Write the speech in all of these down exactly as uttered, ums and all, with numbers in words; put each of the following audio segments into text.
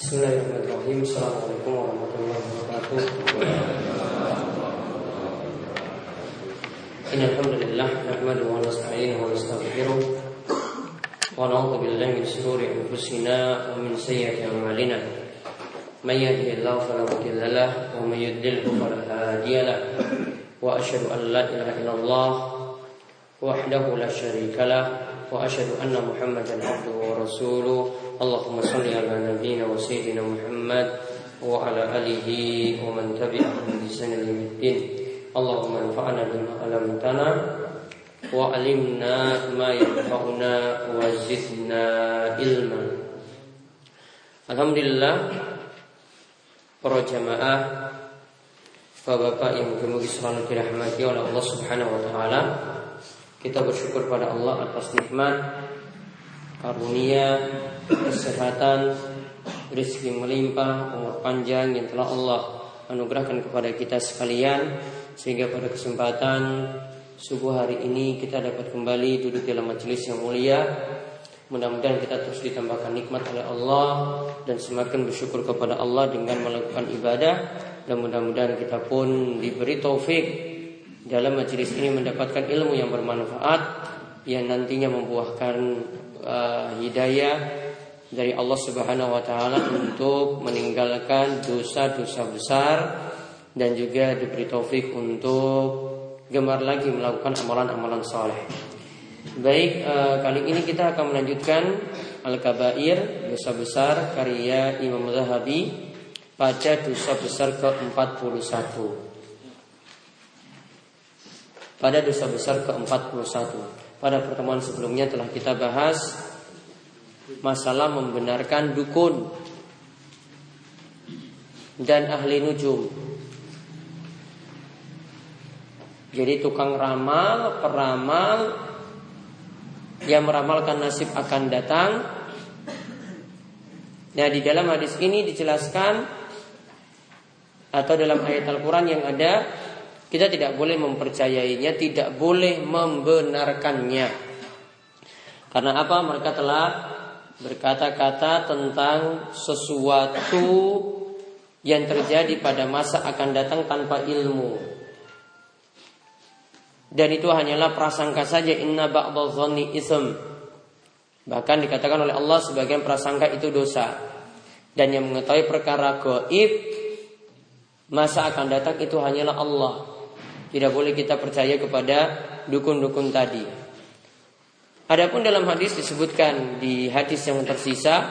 Bismillahirrahmanirrahim. Assalamualaikum warahmatullahi wabarakatuh. Innal hamdalillah nahmaduhu wa nasta'inuhu wa nastaghfiruh wa na'udzu billahi min shururi anfusina wa min sayyiati a'malina. May yahdihillahu fala mudilla lahu wa may yudlilhu fala hadiya lahu. Wa asyhadu an la ilaha illallah wahdahu la syarika lahu wa asyhadu anna Muhammadan abduhu wa rasuluh. Allahumma salli ala nabiyyina wa sayyidina Muhammad wa ala alihi wa man tabi'ahum bi ihsan ila yaumil. Allahumma anfa'na bima 'allamtana wa 'allimna ma yanfa'una wa zidna ilma. Alhamdulillah, para jamaah, Bapak-bapak yang mugi-mugi selalu dirahmati oleh Allah Subhanahu wa taala. Kita bersyukur pada Allah atas nikmat karunia, kesehatan, rezeki melimpah, umur panjang yang telah Allah anugerahkan kepada kita sekalian, sehingga pada kesempatan subuh hari ini kita dapat kembali duduk dalam majelis yang mulia. Mudah-mudahan kita terus ditambahkan nikmat oleh Allah dan semakin bersyukur kepada Allah dengan melakukan ibadah, dan mudah-mudahan kita pun diberi taufik dalam majelis ini mendapatkan ilmu yang bermanfaat yang nantinya membuahkan uh, hidayah dari Allah Subhanahu wa taala untuk meninggalkan dosa-dosa besar, dan juga diberi taufik untuk gemar lagi melakukan amalan-amalan saleh. Baik, uh, kali ini kita akan melanjutkan Al-Kabair, dosa besar, karya Imam Zahabi pada dosa besar ke empat puluh satu. Pada dosa besar ke empat puluh satu. Pada pertemuan sebelumnya telah kita bahas masalah membenarkan dukun dan ahli nujum. Jadi tukang ramal, peramal yang meramalkan nasib akan datang. Nah, di dalam hadis ini dijelaskan, atau dalam ayat Al-Quran yang ada, kita tidak boleh mempercayainya, tidak boleh membenarkannya. Karena apa? Mereka telah berkata-kata tentang sesuatu yang terjadi pada masa akan datang tanpa ilmu. Dan itu hanyalah prasangka saja. Inna ba'dadh dhanni itsm. Bahkan dikatakan oleh Allah sebagian prasangka itu dosa. Dan yang mengetahui perkara gaib masa akan datang itu hanyalah Allah. Tidak boleh kita percaya kepada dukun-dukun tadi. Adapun dalam hadis disebutkan di hadis yang tersisa,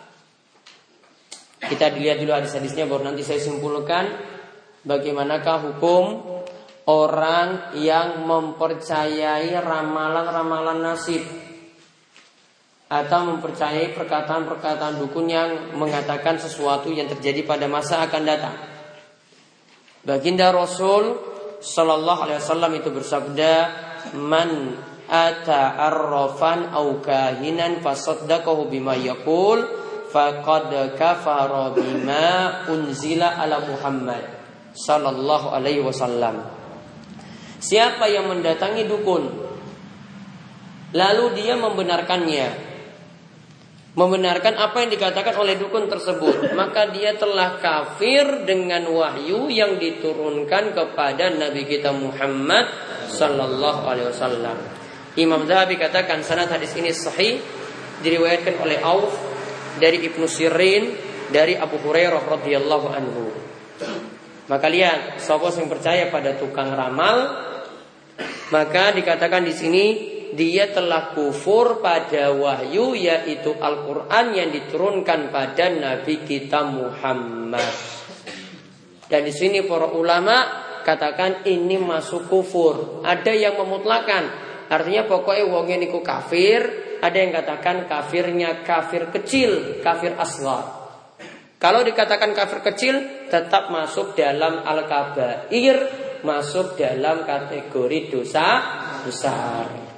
kita dilihat dulu hadis-hadisnya baru nanti saya simpulkan bagaimanakah hukum orang yang mempercayai ramalan-ramalan nasib atau mempercayai perkataan-perkataan dukun yang mengatakan sesuatu yang terjadi pada masa akan datang. Baginda Rasul Sallallahu alaihi wasallam itu bersabda, man ata arrafan au kahinan fasaddaqahu bima yaqul faqad kafara bima unzila ala Muhammad sallallahu alaihi wasallam. Siapa yang mendatangi dukun lalu dia membenarkannya, membenarkan apa yang dikatakan oleh dukun tersebut, maka dia telah kafir dengan wahyu yang diturunkan kepada Nabi kita Muhammad sallallahu alaihi wasallam. Imam Zahabi katakan sanad hadis ini sahih, diriwayatkan oleh Auf dari Ibnu Sirin dari Abu Hurairah radhiyallahu anhu. Maka lihat, siapa yang percaya pada tukang ramal, maka dikatakan di sini dia telah kufur pada wahyu, yaitu Al-Quran yang diturunkan pada Nabi kita Muhammad. Dan di sini para ulama katakan ini masuk kufur. Ada yang memutlakan, artinya pokoknya wongnya niku kafir. Ada yang katakan kafirnya kafir kecil, kafir asghar. Kalau dikatakan kafir kecil, tetap masuk dalam Al-Kabair, masuk dalam kategori dosa besar.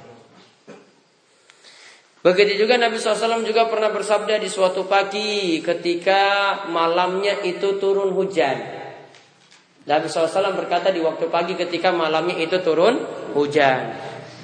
Begitu juga Nabi shallallahu alaihi wasallam juga pernah bersabda di suatu pagi ketika malamnya itu turun hujan. Nabi shallallahu alaihi wasallam berkata di waktu pagi ketika malamnya itu turun hujan.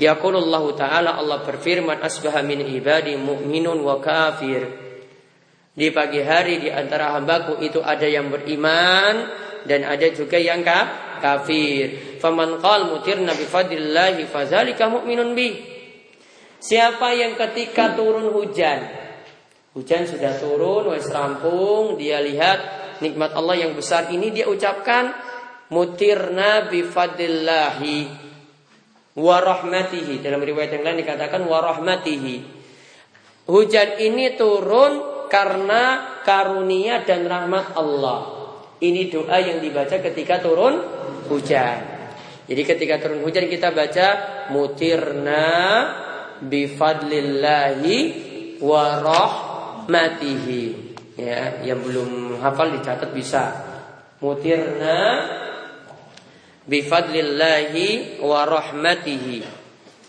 Yaqulullahu ta'ala, Allah berfirman, asbaha min ibadi mu'minun wa kafir. Di pagi hari di antara hambaku itu ada yang beriman dan ada juga yang kafir. Faman qala mutirna bi fadlillahi fadzalika mu'minun bi. Siapa yang ketika turun hujan, hujan sudah turun, wis rampung, dia lihat nikmat Allah yang besar ini, dia ucapkan mutirna bi fadlillahi wa rahmatihi. Dalam riwayat yang lain dikatakan wa rahmatihi. Hujan ini turun karena karunia dan rahmat Allah. Ini doa yang dibaca ketika turun hujan. Jadi ketika turun hujan kita baca mutirna bifadlillahi wa rahmatihi. Ya, yang belum hafal dicatat bisa. Mutirna bifadlillahi wa rahmatihi.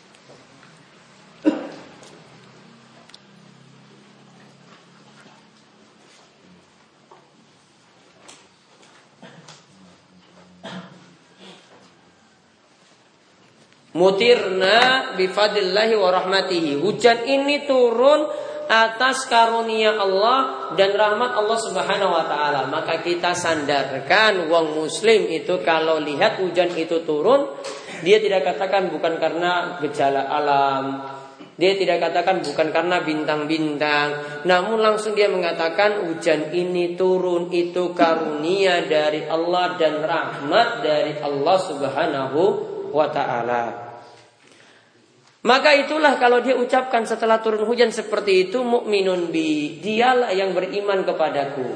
Mutirna bifadlillahi wa rahmatihi. Hujan ini turun atas karunia Allah dan rahmat Allah Subhanahu wa taala. Maka kita sandarkan wong muslim itu kalau lihat hujan itu turun, dia tidak katakan bukan karena gejala alam. Dia tidak katakan bukan karena bintang-bintang, namun langsung dia mengatakan hujan ini turun itu karunia dari Allah dan rahmat dari Allah Subhanahu wa taala. Maka itulah kalau dia ucapkan setelah turun hujan seperti itu, mukminun bi, dialah yang beriman kepadaku.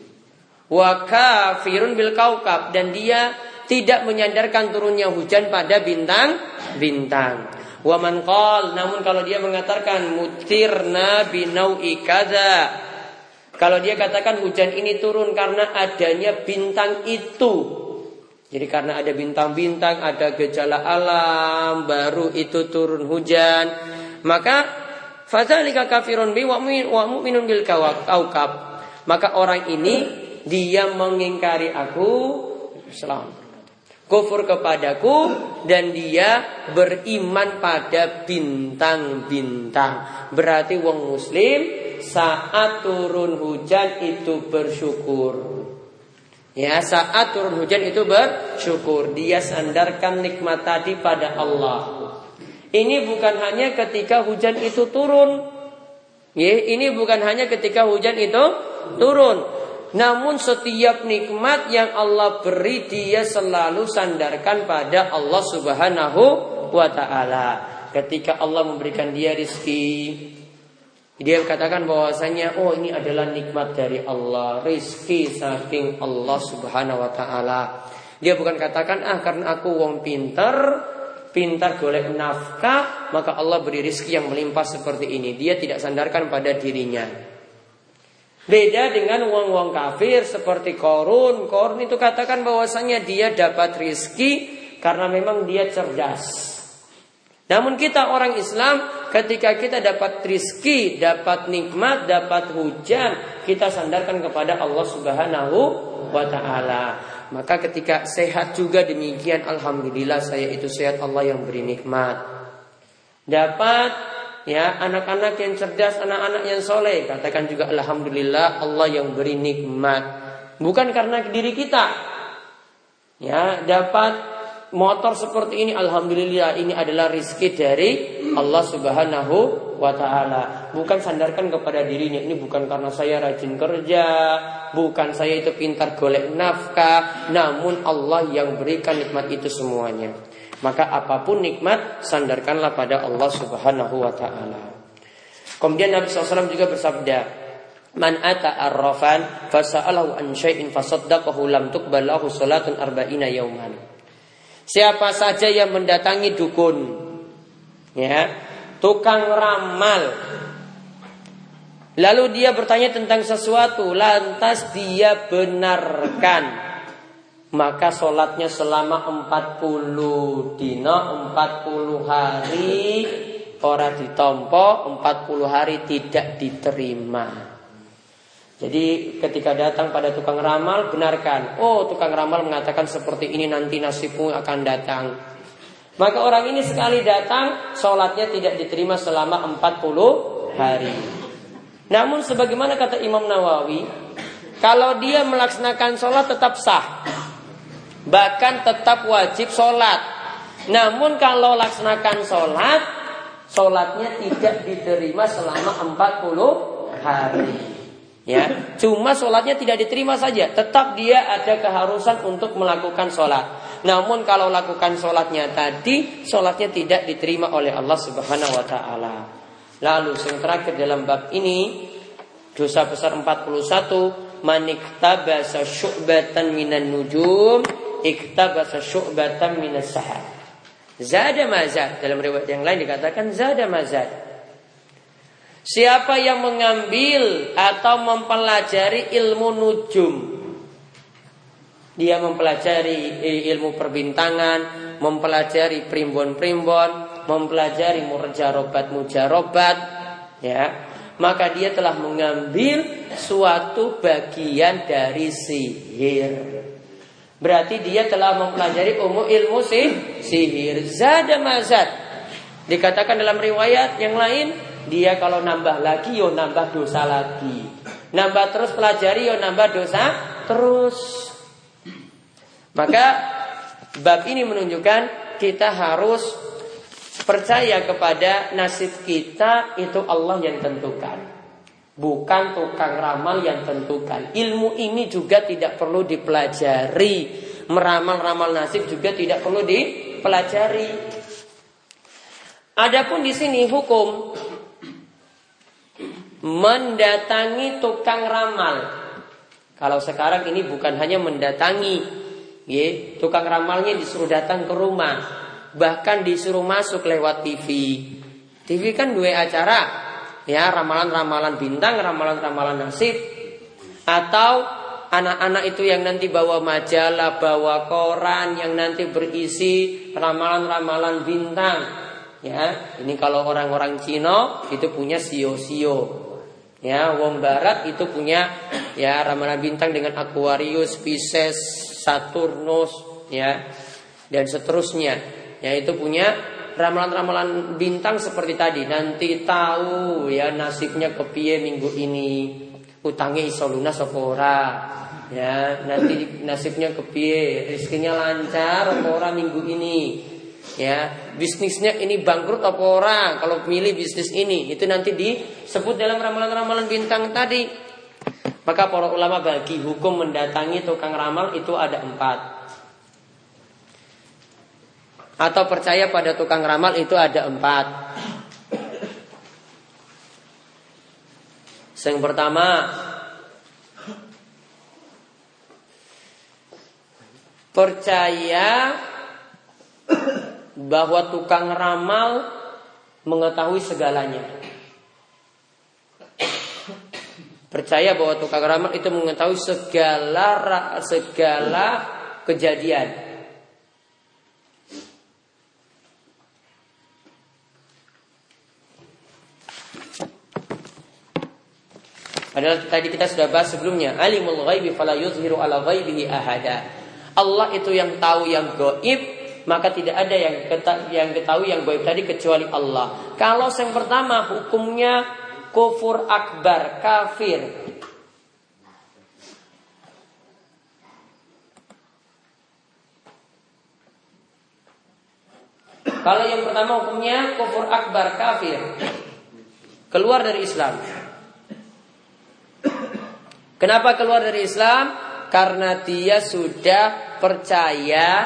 Wa kafirun bil kaukab, dan dia tidak menyandarkan turunnya hujan pada bintang-bintang. Wa man qal, namun kalau dia mengatakan mutirna bi nau'i kadza, kalau dia katakan hujan ini turun karena adanya bintang itu. Jadi karena ada bintang-bintang, ada gejala alam, baru itu turun hujan. Maka fadzalika kafirun bi wa mu'minun bil kaukab. Maka orang ini dia mengingkari aku, Islam, kufur kepadaku, dan dia beriman pada bintang-bintang. Berarti wong muslim saat turun hujan itu bersyukur. Ya, saat turun hujan itu bersyukur. Dia sandarkan nikmat tadi pada Allah. Ini bukan hanya ketika hujan itu turun. Ya, ini bukan hanya ketika hujan itu turun. Namun setiap nikmat yang Allah beri, dia selalu sandarkan pada Allah Subhanahu wa ta'ala. Ketika Allah memberikan dia rizki, dia katakan bahwasanya oh ini adalah nikmat dari Allah, rizki saking Allah Subhanahu wa taala. Dia bukan katakan ah karena aku wong pinter, pintar golek nafkah, maka Allah beri rizki yang melimpah seperti ini. Dia tidak sandarkan pada dirinya. Beda dengan wong-wong kafir seperti Qarun. Qarun itu katakan bahwasanya dia dapat rizki karena memang dia cerdas. Namun kita orang Islam, ketika kita dapat rizki, dapat nikmat, dapat hujan, kita sandarkan kepada Allah Subhanahu wa ta'ala. Maka ketika sehat juga demikian, alhamdulillah saya itu sehat, Allah yang beri nikmat. Dapat ya anak-anak yang cerdas, anak-anak yang soleh, katakan juga alhamdulillah Allah yang beri nikmat. Bukan karena diri kita. Ya, dapat motor seperti ini, alhamdulillah ini adalah rizki dari Allah Subhanahu wa ta'ala. Bukan sandarkan kepada dirinya. Ini bukan karena saya rajin kerja, bukan saya itu pintar golek nafkah, namun Allah yang berikan nikmat itu semuanya. Maka apapun nikmat, sandarkanlah pada Allah Subhanahu wa ta'ala. Kemudian Nabi shallallahu alaihi wasallam juga bersabda, man ata arrafan fasa'alahu an syai'in fasaddaqahu lam tuqbal lahu salatun arba'ina yauman. Siapa saja yang mendatangi dukun, ya, tukang ramal, lalu dia bertanya tentang sesuatu, lantas dia benarkan, maka sholatnya selama empat puluh dino, empat puluh hari, ora ditompo, empat puluh hari tidak diterima. Jadi ketika datang pada tukang ramal, benarkan. Oh, tukang ramal mengatakan seperti ini, nanti nasibmu akan datang. Maka orang ini sekali datang, sholatnya tidak diterima selama empat puluh hari. Namun sebagaimana kata Imam Nawawi, kalau dia melaksanakan sholat tetap sah, bahkan tetap wajib sholat. Namun kalau laksanakan sholat, sholatnya tidak diterima selama empat puluh hari. Ya, cuma sholatnya tidak diterima saja, tetap dia ada keharusan untuk melakukan sholat. Namun kalau lakukan sholatnya tadi, sholatnya tidak diterima oleh Allah Subhanahu Wa Taala. Lalu yang terakhir dalam bab ini, dosa besar empat puluh satu, man iktabasa syu'batan minan nujum iktabasa syu'batan minas sahar. Zada mazad, dalam riwayat yang lain dikatakan zada mazad. Siapa yang mengambil atau mempelajari ilmu nujum, dia mempelajari ilmu perbintangan, mempelajari primbon-primbon, mempelajari mujarobat mujarobat, ya, maka dia telah mengambil suatu bagian dari sihir. Berarti dia telah mempelajari umum ilmu sih, sihir. Zada mazad. Dikatakan dalam riwayat yang lain, dia kalau nambah lagi, yo nambah dosa lagi. Nambah terus pelajari, yo nambah dosa terus. Maka bab ini menunjukkan kita harus percaya kepada nasib kita itu Allah yang tentukan, bukan tukang ramal yang tentukan. Ilmu ini juga tidak perlu dipelajari. Meramal-ramal nasib juga tidak perlu dipelajari. Adapun di sini hukum mendatangi tukang ramal. Kalau sekarang ini bukan hanya mendatangi, ya, tukang ramalnya disuruh datang ke rumah, bahkan disuruh masuk lewat T V. T V kan dua acara, ya, ramalan-ramalan bintang, ramalan-ramalan nasib. Atau anak-anak itu yang nanti bawa majalah, bawa koran yang nanti berisi ramalan-ramalan bintang. Ya, ini kalau orang-orang Cina itu punya sio-sio. Ya, wong barat itu punya ya ramalan bintang dengan Aquarius, Pisces, Saturnus, ya, dan seterusnya. Ya, itu punya ramalan-ramalan bintang seperti tadi. Nanti tahu ya nasibnya kepiye minggu ini, utangnya iso lunas apa ora. Ya, nanti nasibnya kepiye, rezekinya lancar apa ora minggu ini. Ya, bisnisnya ini bangkrut apa ora kalau milih bisnis ini. Itu nanti disebut dalam ramalan-ramalan bintang tadi. Maka para ulama bagi hukum mendatangi tukang ramal itu ada empat. Atau percaya pada tukang ramal itu ada empat. Yang pertama, percaya bahwa tukang ramal mengetahui segalanya. Percaya bahwa tukang ramal itu mengetahui segala segala kejadian. Padahal tadi kita sudah bahas sebelumnya, alimul ghaibi fala yuzhiru ala ghaibihi ahada. Allah itu yang tahu yang gaib, maka tidak ada yang yang ketahui yang gaib tadi kecuali Allah. Kalau yang pertama hukumnya kufur akbar, kafir. Kalau yang pertama hukumnya kufur akbar, kafir, keluar dari Islam. Kenapa keluar dari Islam? Karena dia sudah percaya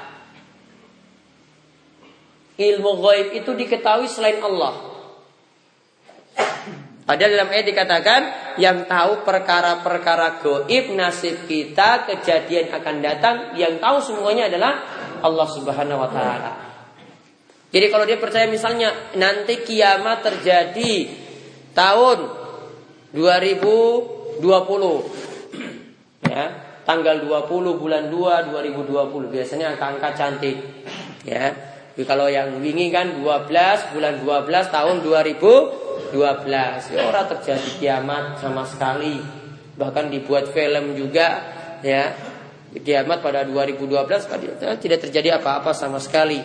ilmu gaib itu diketahui selain Allah. Padahal dalam ayat dikatakan yang tahu perkara-perkara gaib, nasib kita, kejadian akan datang, yang tahu semuanya adalah Allah Subhanahu wa taala. Jadi kalau dia percaya misalnya nanti kiamat terjadi tahun dua ribu dua puluh, ya, tanggal dua puluh bulan dua dua ribu dua puluh, biasanya angka-angka cantik, ya. Jadi kalau yang wingi kan dua belas bulan dua belas tahun dua ribu dua belas, ya, orang terjadi kiamat sama sekali. Bahkan dibuat film juga, ya, kiamat pada dua ribu dua belas tidak terjadi apa-apa sama sekali.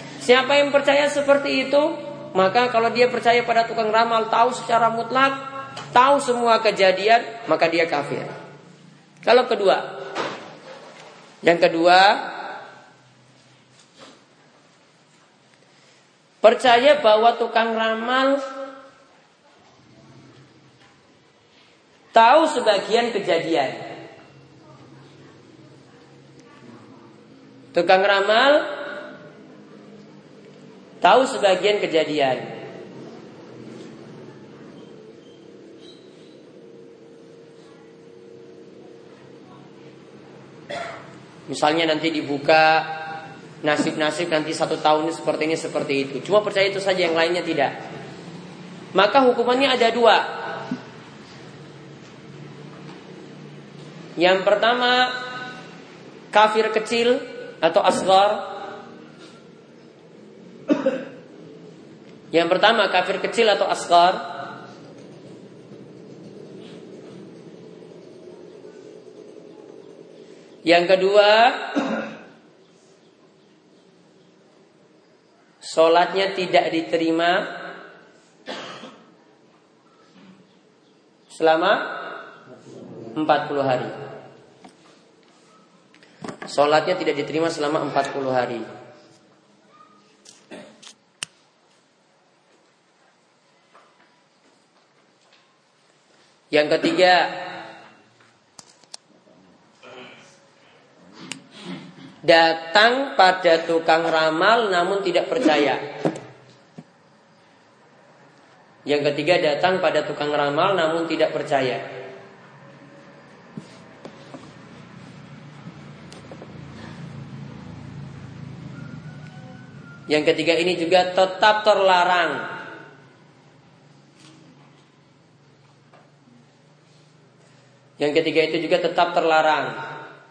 Siapa yang percaya seperti itu, maka kalau dia percaya pada tukang ramal tahu secara mutlak, tahu semua kejadian, maka dia kafir. Kalau kedua, yang kedua, percaya bahwa tukang ramal tahu sebagian kejadian. Tukang ramal tahu sebagian kejadian. Misalnya nanti dibuka nasib-nasib nanti satu tahun ini seperti ini seperti itu. Cuma percaya itu saja, yang lainnya tidak. Maka hukumannya ada dua. Yang pertama, kafir kecil atau asghar. Yang pertama kafir kecil atau asghar. Yang kedua, sholatnya tidak diterima selama empat puluh hari. Sholatnya tidak diterima selama empat puluh hari. Yang ketiga, datang pada tukang ramal namun tidak percaya. Yang ketiga, datang pada tukang ramal namun tidak percaya. Yang ketiga ini juga tetap terlarang. Yang ketiga itu juga tetap terlarang.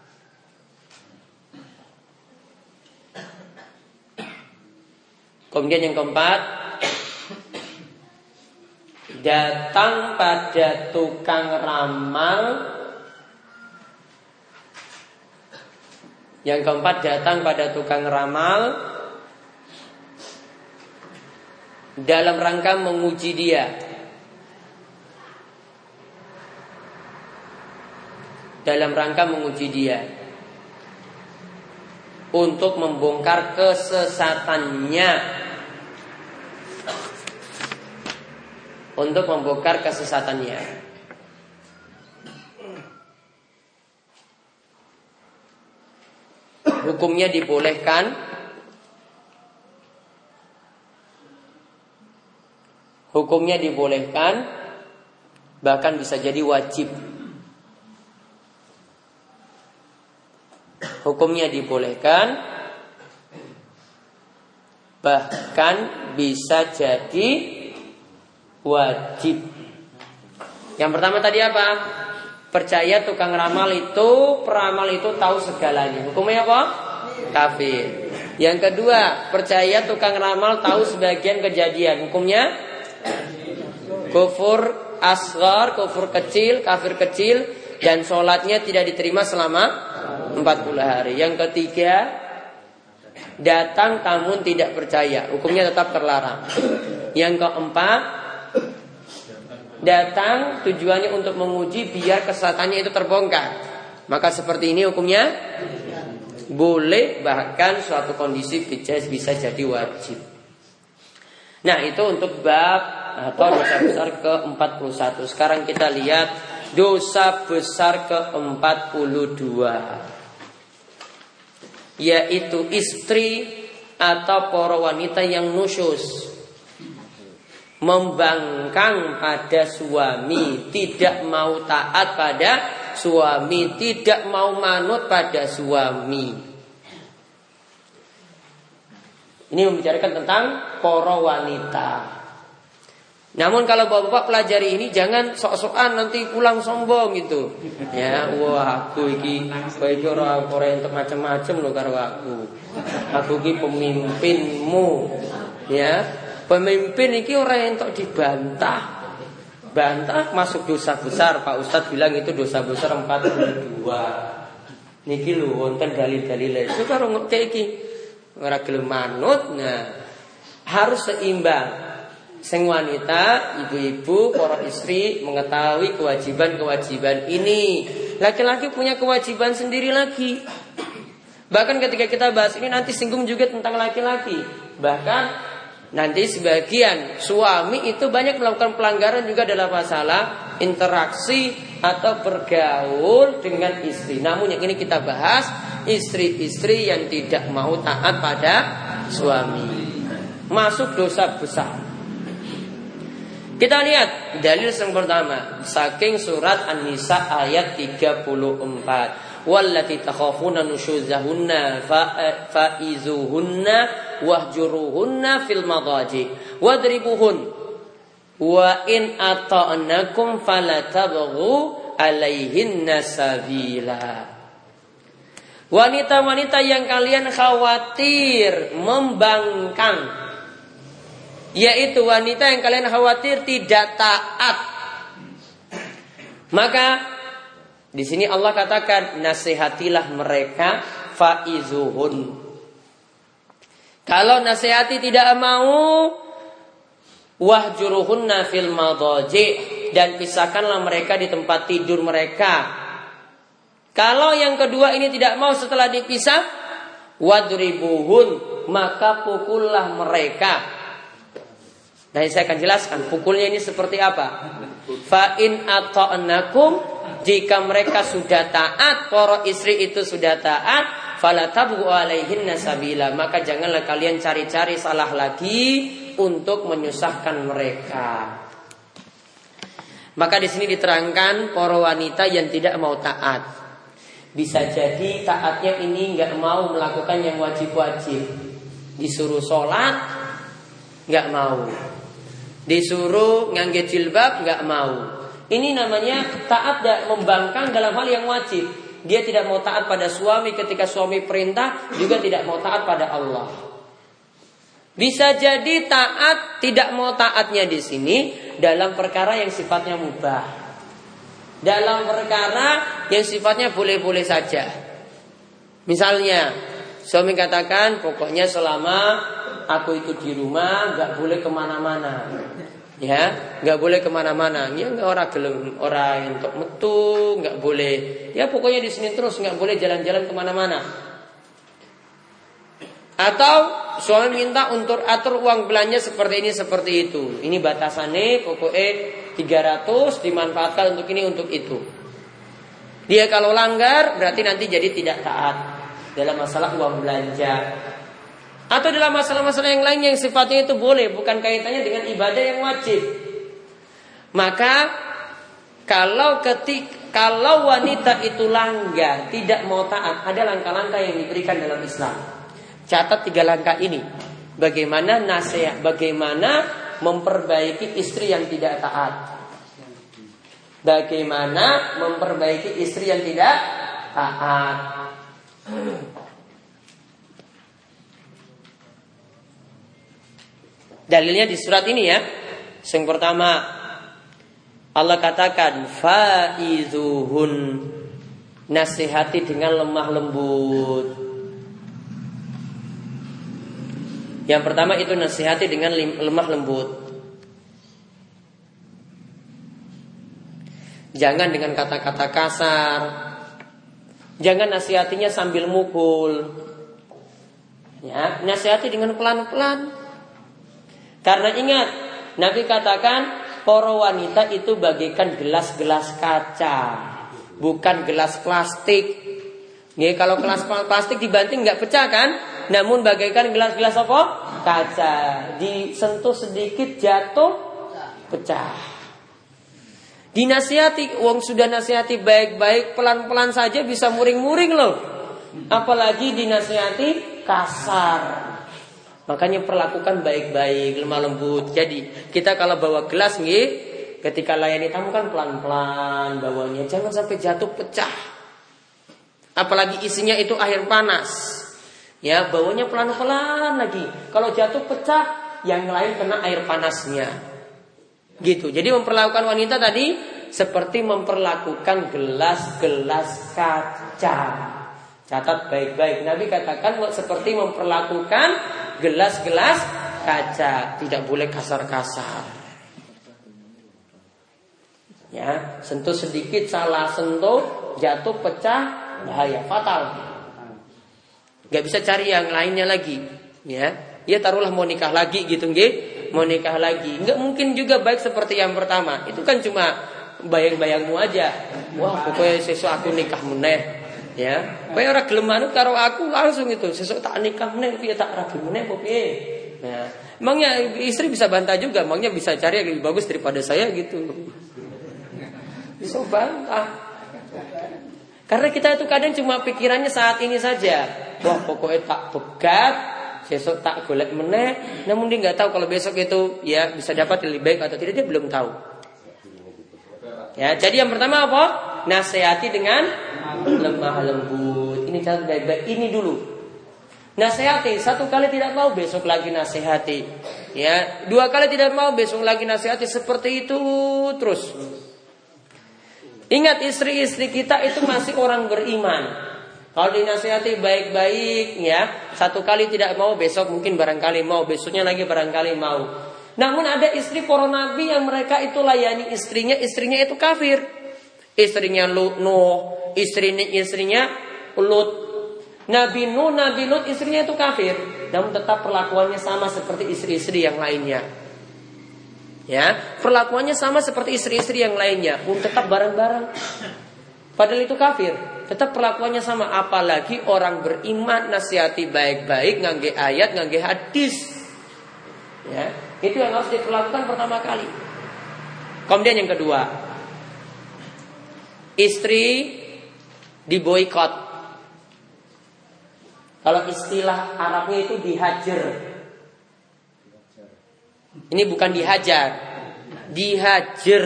Kemudian yang keempat, datang pada tukang ramal. Yang keempat, datang pada tukang ramal dalam rangka menguji dia. Dalam rangka menguji dia, untuk membongkar kesesatannya. Untuk membongkar kesesatannya. Hukumnya dibolehkan. Hukumnya dibolehkan, bahkan bisa jadi wajib. Hukumnya dibolehkan, bahkan bisa jadi wajib. Yang pertama tadi apa? Percaya tukang ramal itu, peramal itu tahu segalanya. Hukumnya apa? Kafir. Yang kedua, percaya tukang ramal tahu sebagian kejadian. Hukumnya kufur asghar, kufur kecil, kafir kecil, dan sholatnya tidak diterima selama empat puluh hari. Yang ketiga, datang namun tidak percaya. Hukumnya tetap terlarang. Yang keempat, datang tujuannya untuk menguji biar kesesatannya itu terbongkar. Maka seperti ini hukumnya boleh, bahkan suatu kondisi bisa jadi wajib. Nah, itu untuk bab atau dosa besar ke empat puluh satu. Sekarang kita lihat dosa besar ke empat puluh dua, yaitu istri atau para wanita yang nusyus, membangkang pada suami, tidak mau taat pada suami, tidak mau manut pada suami. Ini membicarakan tentang para wanita. Namun kalau bapak-bapak pelajari ini, jangan sok-sokan nanti pulang sombong gitu. Ya, wah aku iki iki ora ora entuk macam-macam lho karo aku. Aku iki pemimpinmu. Ya. Pemimpin iki ora entuk dibantah. Bantah masuk dosa besar. Pak Ustadz bilang itu dosa besar empat puluh dua. Niki lho wonten dalil-dalile. Itu karo ngek iki ora gelem manut. Nah, harus seimbang. sing wanita, ibu-ibu, para istri mengetahui kewajiban-kewajiban ini. Laki-laki punya kewajiban sendiri lagi. Bahkan ketika kita bahas ini nanti singgung juga tentang laki-laki. Bahkan nanti sebagian suami itu banyak melakukan pelanggaran juga dalam masalah interaksi atau bergaul dengan istri. Namun yang ini kita bahas istri-istri yang tidak mau taat pada suami, masuk dosa besar. Kita lihat dalil yang pertama saking surat An-Nisa ayat tiga puluh empat. Wallati takhafuna nusyuzahunna fa'izuhunna wahjuruhunna fil madaji wadribuhun wa in ata'nakum falatabghu alaihinna sabila. Wanita-wanita yang kalian khawatir membangkang, yaitu wanita yang kalian khawatir tidak taat, maka di sini Allah katakan nasihatilah mereka faizuhun. Kalau nasihati tidak mau, wahjuruhunna fil madaji, dan pisahkanlah mereka di tempat tidur mereka. Kalau yang kedua ini tidak mau setelah dipisah, wadribuhun, maka pukullah mereka. Nah, saya akan jelaskan pukulnya ini seperti apa. Fa in ata'nakum, jika mereka sudah taat, para istri itu sudah taat, fala tabghu alaihinna sabila, maka janganlah kalian cari-cari salah lagi untuk menyusahkan mereka. Maka di sini diterangkan para wanita yang tidak mau taat. Bisa jadi taatnya ini nggak mau melakukan yang wajib-wajib. Disuruh sholat nggak mau, disuruh ngangge jilbab nggak mau. Ini namanya taat dan membangkang dalam hal yang wajib. Dia tidak mau taat pada suami ketika suami perintah, juga tidak mau taat pada Allah. Bisa jadi taat tidak mau taatnya di sini dalam perkara yang sifatnya mubah, dalam perkara yang sifatnya boleh-boleh saja. Misalnya suami katakan pokoknya selama aku itu di rumah nggak boleh kemana-mana, ya nggak boleh kemana-mana, ya nggak orang gelem orang untuk metu, nggak boleh, ya pokoknya di sini terus, nggak boleh jalan-jalan kemana-mana. Atau suami minta untuk atur uang belanja seperti ini seperti itu, ini batasannya pokoknya tiga ratus dimanfaatkan untuk ini untuk itu. Dia kalau langgar berarti nanti jadi tidak taat dalam masalah uang belanja. Atau dalam masalah-masalah yang lain yang sifatnya itu boleh, bukan kaitannya dengan ibadah yang wajib. Maka kalau ketik kalau wanita itu langgar, tidak mau taat, ada langkah-langkah yang diberikan dalam Islam. Catat tiga langkah ini. Bagaimana nasihat, bagaimana memperbaiki istri yang tidak taat. Bagaimana memperbaiki istri yang tidak taat. Dalilnya di surat ini ya. Yang pertama Allah katakan faizuhun, nasihati dengan lemah lembut. Yang pertama itu nasihati dengan lemah lembut. Jangan dengan kata-kata kasar. Jangan nasihatinya sambil mukul. Ya, nasihati dengan pelan-pelan. Karena ingat, Nabi katakan para wanita itu bagaikan gelas-gelas kaca, bukan gelas plastik. Nih, kalau gelas plastik dibanting nggak pecah kan? Namun bagaikan gelas-gelas apa? Kaca. Disentuh sedikit jatuh pecah. Dinasihati, wong sudah nasihati baik-baik, pelan-pelan saja bisa muring-muring loh. Apalagi dinasihati kasar. Makanya perlakukan baik-baik, lemah lembut. Jadi kita kalau bawa gelas nih, ketika layani tamu kan pelan-pelan bawanya, jangan sampai jatuh pecah. Apalagi isinya itu air panas, ya bawanya pelan-pelan lagi. Kalau jatuh pecah, yang lain kena air panasnya. Gitu. Jadi memperlakukan wanita tadi seperti memperlakukan gelas-gelas kaca. Catat baik-baik. Nabi katakan seperti memperlakukan gelas-gelas kaca, tidak boleh kasar-kasar. Ya, sentuh sedikit salah sentuh, jatuh, pecah, bahaya, fatal. Gak bisa cari yang lainnya lagi. Ya, ya taruhlah mau nikah lagi gitu, nggih, mau nikah lagi. Nggak mungkin juga baik seperti yang pertama. Itu kan cuma bayang-bayangmu aja. Wah, pokoknya sesuk aku nikah meneh. Ya, kowe ora gelem manut karo aku langsung itu. Sesuk tak nikah meneh piye tak rabi meneh apa piye. Nah, emangnya istri bisa bantah juga, emangnya bisa cari yang lebih bagus daripada saya gitu. Bisa bantah. Karena kita itu kadang cuma pikirannya saat ini saja. Wah, pokoknya tak pegat, sesuk tak golek meneh. Namun dia nggak tahu kalau besok itu ya bisa dapat lebih baik atau tidak, dia belum tahu. Ya, jadi yang pertama apa? Nasihati dengan lemah lembut. Ini catat baik-baik. Ini dulu. Nasihati. Satu kali tidak mau, besok lagi nasihati. Ya, dua kali tidak mau, besok lagi nasihati. Seperti itu terus. Ingat, istri-istri kita itu masih orang beriman. Kalau dinasihati baik-baik, ya, satu kali tidak mau, besok mungkin barangkali mau, besoknya lagi barangkali mau. Namun ada istri para nabi yang mereka itu layani istrinya, istrinya itu kafir. Istrinya Nuh, istrinya istrinya Lut. Nabi Nuh, Nabi Lut istrinya itu kafir, namun tetap perlakuannya sama seperti istri-istri yang lainnya. Ya, perlakuannya sama seperti istri-istri yang lainnya, pun tetap bareng-bareng. Padahal itu kafir, tetap perlakuannya sama. Apalagi orang beriman, nasihati baik-baik, ngangge ayat, ngangge hadis. Ya, itu yang harus diperlakukan pertama kali. Kemudian yang kedua, istri diboikot. Kalau istilah Arabnya itu dihajar. Ini bukan dihajar, dihajar.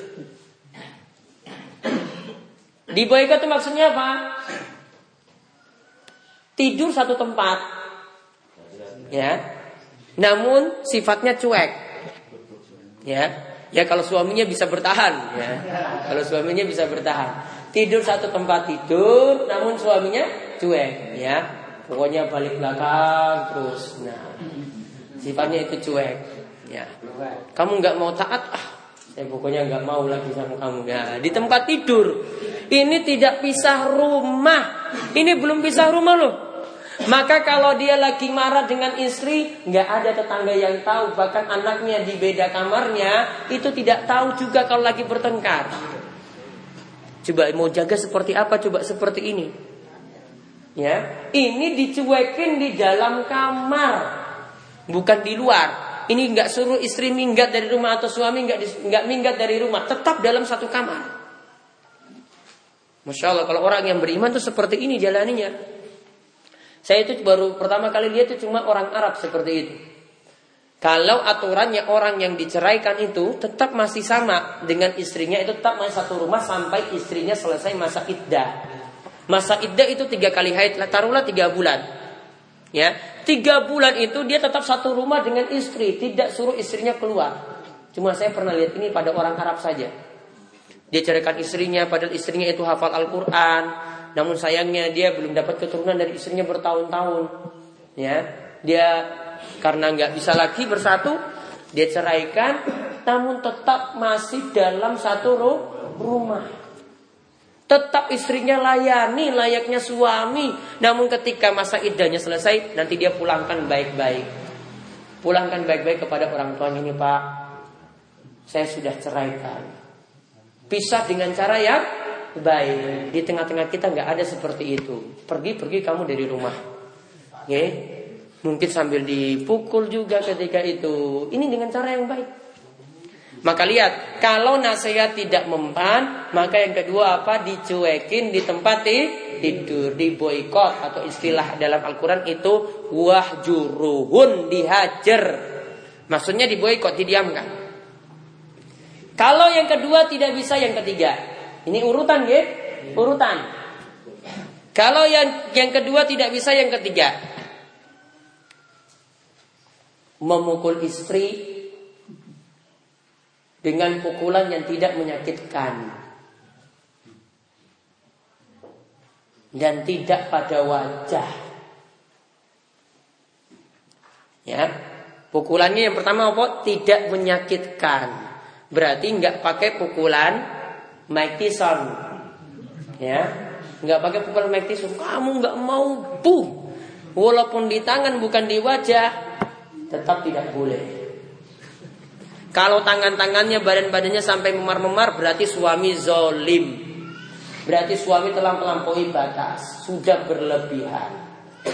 Diboikot itu maksudnya apa? Tidur satu tempat, ya. Namun sifatnya cuek, ya. Ya kalau suaminya bisa bertahan, ya. Kalau suaminya bisa bertahan, tidur satu tempat tidur, namun suaminya cuek, ya. Pokoknya balik belakang terus. Nah, sifatnya itu cuek, ya. Kamu nggak mau taat, ah, saya pokoknya nggak mau lagi sama kamu. Ya, di tempat tidur. Ini tidak pisah rumah. Ini belum pisah rumah loh. Maka kalau dia lagi marah dengan istri, nggak ada tetangga yang tahu. Bahkan anaknya di beda kamarnya itu tidak tahu juga kalau lagi bertengkar. Coba mau jaga seperti apa? Coba seperti ini. Ya, ini dicuekin di dalam kamar, bukan di luar. Ini nggak suruh istri minggat dari rumah atau suami nggak nggak minggat dari rumah, tetap dalam satu kamar. Masya Allah, kalau orang yang beriman tuh seperti ini jalaninya. Saya itu baru pertama kali lihat itu cuma orang Arab seperti itu. Kalau aturannya orang yang diceraikan itu tetap masih sama dengan istrinya, itu tetap masih satu rumah sampai istrinya selesai masa iddah. Masa iddah itu tiga kali haid, taruhlah tiga bulan. Ya, tiga bulan itu dia tetap satu rumah dengan istri, tidak suruh istrinya keluar. Cuma saya pernah lihat ini pada orang Arab saja. Dia ceraikan istrinya, padahal istrinya itu hafal Al-Quran. Namun sayangnya dia belum dapat keturunan dari istrinya bertahun-tahun. Ya, dia karena nggak bisa lagi bersatu, dia ceraikan, namun tetap masih dalam satu rumah. Tetap istrinya layani layaknya suami. Namun ketika masa iddahnya selesai, nanti dia pulangkan baik-baik. Pulangkan baik-baik kepada orang tuanya, ini Pak, saya sudah ceraikan. Pisah dengan cara yang baik. Di tengah-tengah kita nggak ada seperti itu. Pergi-pergi kamu dari rumah. Oke? Mungkin sambil dipukul juga ketika itu. Ini dengan cara yang baik. Maka lihat, kalau nasihat tidak mempan, maka yang kedua apa? Dicuekin di tempat tidur, diboikot, atau istilah dalam Al-Quran itu wahjuruhun, dihajar. Maksudnya diboikot, didiamkan. Kalau yang kedua tidak bisa, yang ketiga. Ini urutan ya, urutan. Kalau yang yang kedua tidak bisa, yang ketiga, memukul istri dengan pukulan yang tidak menyakitkan dan tidak pada wajah. Ya. Pukulannya yang pertama apa? Tidak menyakitkan. Berarti nggak pakai pukulan Mike Tyson, ya, nggak pakai pukulan Mike Tyson. Kamu nggak mau, puh, walaupun di tangan bukan di wajah, tetap tidak boleh. Kalau tangan-tangannya, badan-badannya sampai memar-memar, berarti suami zolim. Berarti suami telah melampaui batas, sudah berlebihan.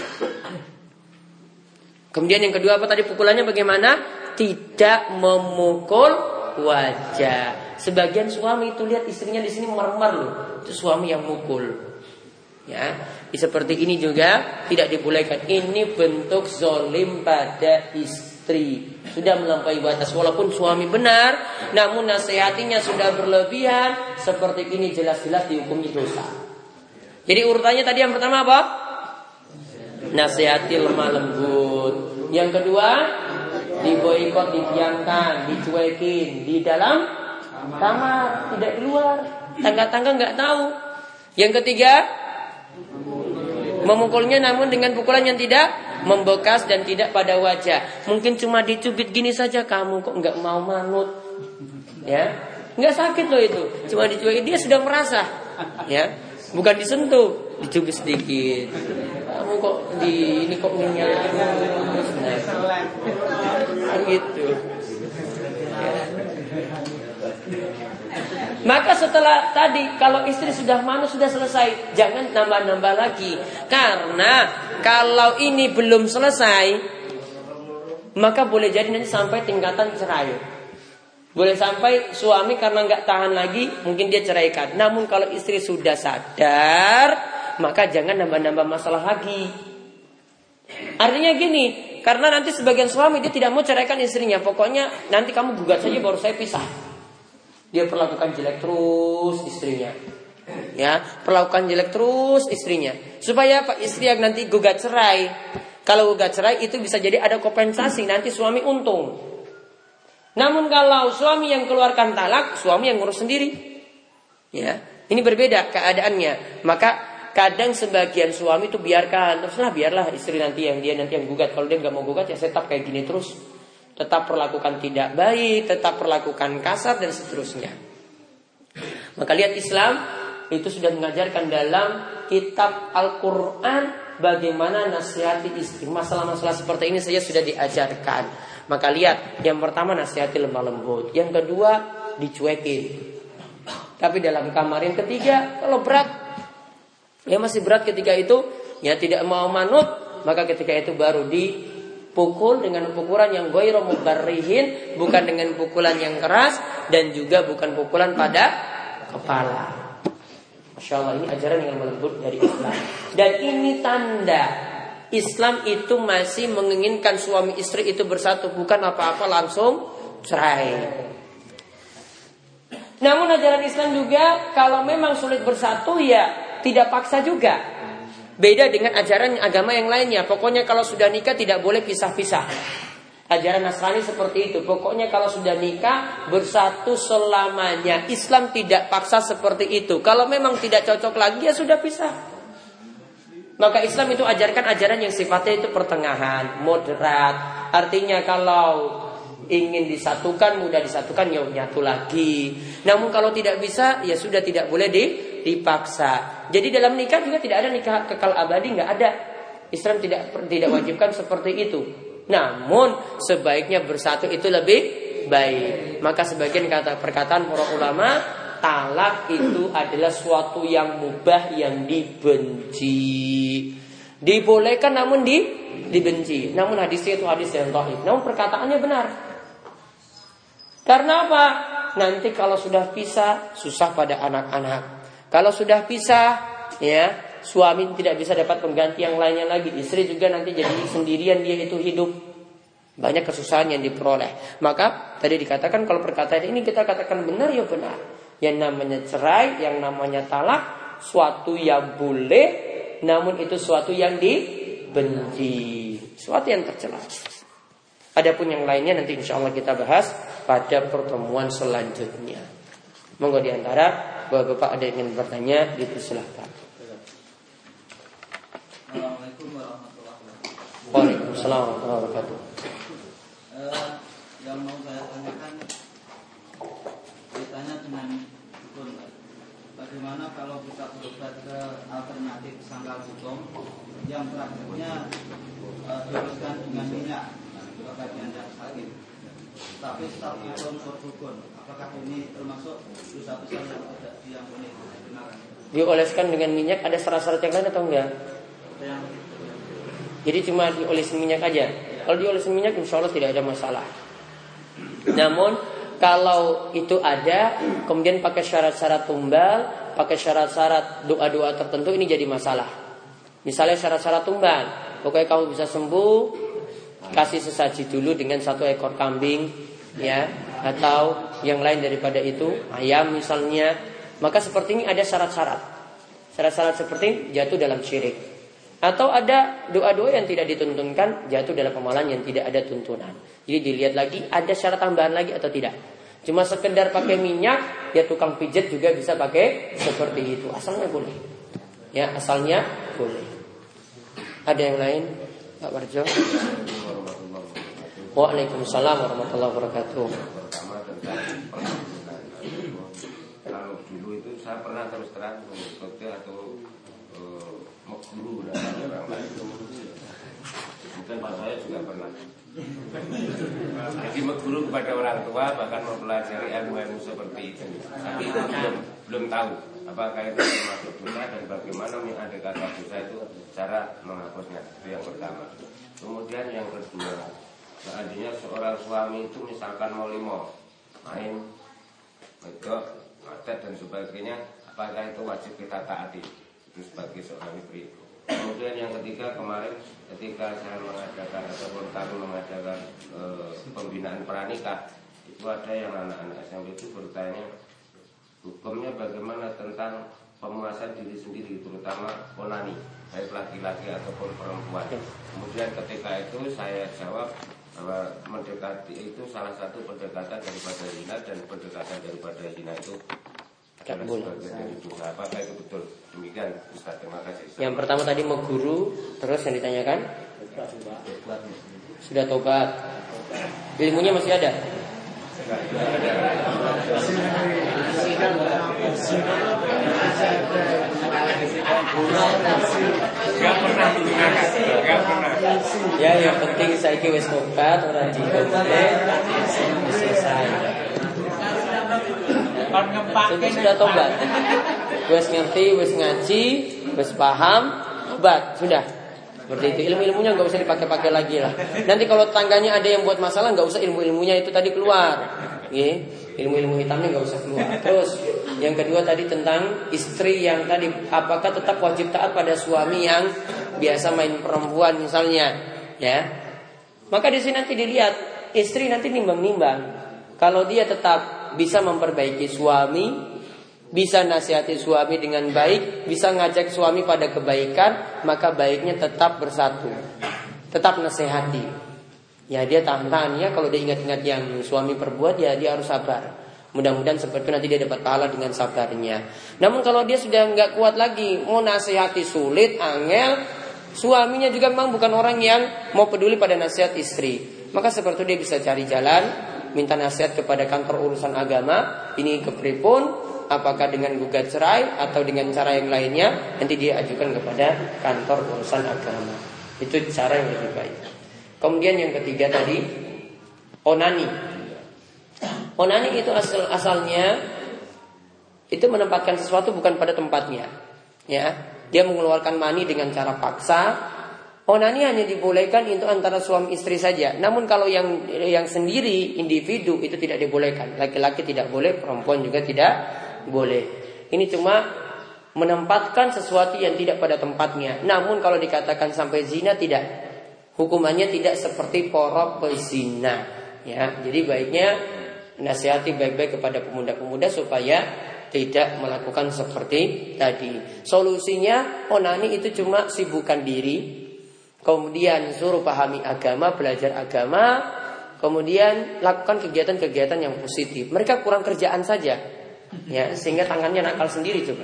Kemudian yang kedua apa tadi pukulannya bagaimana? Tidak memukul wajah. Sebagian suami itu lihat istrinya di sini memar-memar loh, itu suami yang mukul. Ya, seperti ini juga tidak dibolehkan. Ini bentuk zolim pada istri. Sudah melampaui batas. Walaupun suami benar, namun nasihatinya sudah berlebihan. Seperti ini jelas-jelas dihukumi dosa. Jadi urutannya tadi yang pertama apa? Nasihati lemah lembut. Yang kedua, diboikot, didiamkan, dicuekin di dalam kamar, tidak di luar. Tangga-tangga nggak tahu. Yang ketiga, memukulnya namun dengan pukulan yang tidak membekas dan tidak pada wajah. Mungkin cuma dicubit gini saja, kamu kok nggak mau manut, ya, nggak sakit loh itu. Cuma dicubit, dia sudah merasa, ya, bukan disentuh, dicubit sedikit. Kamu kok di ini kok minyak terus, nah, gitu. Ya. Maka setelah tadi kalau istri sudah manut sudah selesai, jangan nambah-nambah lagi. Karena kalau ini belum selesai, maka boleh jadi nanti sampai tingkatan cerai. Boleh sampai suami karena nggak tahan lagi, mungkin dia ceraikan. Namun kalau istri sudah sadar, maka jangan nambah-nambah masalah lagi. Artinya gini, karena nanti sebagian suami dia tidak mau ceraikan istrinya. Pokoknya nanti kamu gugat saja baru saya pisah. Dia perlakukan jelek terus istrinya, ya, perlakukan jelek terus istrinya. Supaya Pak istri yang nanti gugat cerai, kalau gugat cerai itu bisa jadi ada kompensasi, nanti suami untung. Namun kalau suami yang keluarkan talak, suami yang ngurus sendiri, ya, ini berbeda keadaannya. Maka kadang sebagian suami itu biarkan, teruslah biarlah istri nanti yang dia nanti yang gugat. Kalau dia nggak mau gugat ya tetap kayak gini terus. Tetap perlakukan tidak baik, tetap perlakukan kasar dan seterusnya. Maka lihat Islam itu sudah mengajarkan dalam kitab Al-Quran bagaimana nasihati istri. Masalah-masalah seperti ini saja sudah diajarkan. Maka lihat, yang pertama nasihati lemah lembut, yang kedua dicuekin. Tapi dalam kamar, yang ketiga kalau berat, ya masih berat ketika itu, ya tidak mau manut, maka ketika itu baru di pukul dengan pukulan yang ghairu mubarrihin, bukan dengan pukulan yang keras dan juga bukan pukulan pada kepala. Masya Allah, ini ajaran yang lembut dari Islam. Dan ini tanda Islam itu masih menginginkan suami istri itu bersatu, bukan apa-apa langsung cerai. Namun ajaran Islam juga kalau memang sulit bersatu ya tidak paksa juga. Beda dengan ajaran agama yang lainnya. Pokoknya kalau sudah nikah tidak boleh pisah-pisah. Ajaran Nasrani seperti itu. Pokoknya kalau sudah nikah bersatu selamanya. Islam tidak paksa seperti itu. Kalau memang tidak cocok lagi ya sudah pisah. Maka Islam itu ajarkan ajaran yang sifatnya itu pertengahan, moderat. Artinya kalau ingin disatukan, mudah disatukan, ya nyatu lagi. Namun kalau tidak bisa, ya sudah tidak boleh di, dipaksa. Jadi dalam nikah juga tidak ada nikah kekal abadi, nggak ada. Islam tidak tidak wajibkan seperti itu. Namun sebaiknya bersatu itu lebih baik. Maka sebagian kata perkataan para ulama, talak itu adalah suatu yang mubah, yang dibenci. Dibolehkan namun di, dibenci. Namun hadisnya itu hadis yang dhaif. Namun perkataannya benar. Karena apa? Nanti kalau sudah pisah, susah pada anak-anak. Kalau sudah pisah, ya, suami tidak bisa dapat pengganti yang lainnya lagi. Istri juga nanti jadi sendirian dia itu hidup. Banyak kesusahan yang diperoleh. Maka tadi dikatakan kalau perkataan ini kita katakan benar ya benar. Yang namanya cerai, yang namanya talak, suatu yang boleh, namun itu suatu yang dibenci, suatu yang tercela. Adapun yang lainnya nanti insya Allah kita bahas pada pertemuan selanjutnya. Monggo diantara Bapak-bapak ada yang ingin bertanya, dipersilahkan. Assalamualaikum warahmatullahi wabarakatuh. Waalaikumsalam warahmatullahi wabarakatuh. yang mau saya tanyakan kaitannya dengan dukun. Bagaimana kalau kita berobat ke alternatif sangkal hukum yang terakhirnya uh, diuruskan dengan minyak ke bagian yang sakit, tapi setelah hukum berdukun, apakah ini termasuk dosa besar yang tidak diampuni? Dioleskan dengan minyak ada syarat-syarat yang lain atau enggak? Yang Jadi cuma diolesin minyak aja. Kalau diolesin minyak insya Allah tidak ada masalah. Namun kalau itu ada, kemudian pakai syarat-syarat tumbal, pakai syarat-syarat doa-doa tertentu, ini jadi masalah. Misalnya syarat-syarat tumbal, pokoknya kamu bisa sembuh, kasih sesaji dulu dengan satu ekor kambing, ya, atau yang lain daripada itu, ayam misalnya. Maka seperti ini ada syarat-syarat. Syarat-syarat seperti ini jatuh dalam syirik. Atau ada doa-doa yang tidak dituntunkan, jatuh dalam amalan yang tidak ada tuntunan. Jadi dilihat lagi ada syarat tambahan lagi atau tidak. Cuma sekedar pakai minyak, ya tukang pijat juga bisa pakai seperti itu. Asalnya boleh. Ya, asalnya boleh. Ada yang lain? Pak Warjo? Waalaikumsalam warahmatullahi wabarakatuh. Pertama tentang kalau dulu itu saya pernah terus terang mengikuti atau makruh dari orang lain. Mungkin Pak saya juga pernah. Jadi makruh kepada orang tua bahkan mempelajari ilmu-ilmu seperti itu. Tapi itu belum belum tahu apakah itu termasuk dosa dan bagaimana mengadek kata dosa itu cara menghapusnya. Itu yang pertama. Kemudian yang kedua, seandainya seorang suami itu misalkan mau limo, main, medok, adat dan sebagainya, apakah itu wajib kita taati? Sebagai seorang istri. Kemudian yang ketiga, kemarin ketika saya mengadakan ataupun kami mengadakan e, pembinaan pranikah, itu ada yang anak-anak S M P itu bertanya hukumnya bagaimana tentang pemuasan diri sendiri, terutama onani, baik laki-laki ataupun perempuan. Kemudian ketika itu saya jawab bahwa mendekati itu salah satu pendekatan daripada zina, dan pendekatan daripada zina itu Gak boleh. Apakah itu betul? Demikian Ustaz, terima kasih. Yang pertama tadi mau guru, terus yang ditanyakan sudah tobat, ilmunya masih ada. Ya, yang penting saya wis tobat, ora diomongke selesai. Sudah, sudah tobat, wes ngerti, wes ngaji, wes paham, tobat, sudah. Seperti itu, ilmu-ilmunya nggak usah dipakai-pakai lagi lah. Nanti kalau tangganya ada yang buat masalah, nggak usah ilmu-ilmunya itu tadi keluar, ya. Ilmu-ilmu hitamnya nggak usah keluar. Terus yang kedua tadi tentang istri yang tadi, apakah tetap wajib taat pada suami yang biasa main perempuan misalnya, ya? Maka di sini nanti dilihat istri nanti nimbang-nimbang. Kalau dia tetap bisa memperbaiki suami, bisa nasihati suami dengan baik, bisa ngajak suami pada kebaikan, maka baiknya tetap bersatu, tetap nasihati. Ya dia tahan-tahan ya, kalau dia ingat-ingat yang suami perbuat, ya dia harus sabar. Mudah-mudahan seperti itu nanti dia dapat pahala dengan sabarnya. Namun kalau dia sudah nggak kuat lagi, mau nasihati sulit, angel, suaminya juga memang bukan orang yang mau peduli pada nasihat istri, maka seperti itu dia bisa cari jalan, minta nasihat kepada kantor urusan agama, ini kepripun, apakah dengan gugat cerai atau dengan cara yang lainnya, nanti dia ajukan kepada kantor urusan agama. Itu cara yang lebih baik. Kemudian yang ketiga tadi, onani. Onani itu asal asalnya itu menempatkan sesuatu bukan pada tempatnya, ya. Dia mengeluarkan mani dengan cara paksa. Onani hanya dibolehkan itu antara suami istri saja. Namun kalau yang yang sendiri individu itu tidak dibolehkan. Laki-laki tidak boleh, perempuan juga tidak boleh. Ini cuma menempatkan sesuatu yang tidak pada tempatnya. Namun kalau dikatakan sampai zina tidak. Hukumannya tidak seperti para pezina. Ya, jadi baiknya nasihati baik-baik kepada pemuda-pemuda supaya tidak melakukan seperti tadi. Solusinya onani itu cuma sibukkan diri. Kemudian suruh pahami agama, belajar agama. Kemudian lakukan kegiatan-kegiatan yang positif. Mereka kurang kerjaan saja, ya, sehingga tangannya nakal sendiri coba.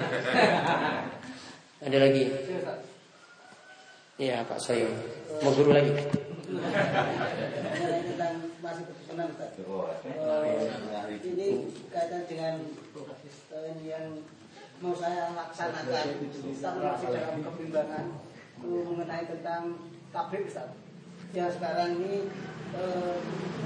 Ada lagi? Ya Pak Soyo, mau guru lagi? Tentang masih berkenan Ustaz. Uh, ini kaitan dengan uh, yang mau saya laksanakan. Ustaz masih dalam kebimbangan uh, mengenai tentang tablik Ustaz. Yang sekarang ini uh,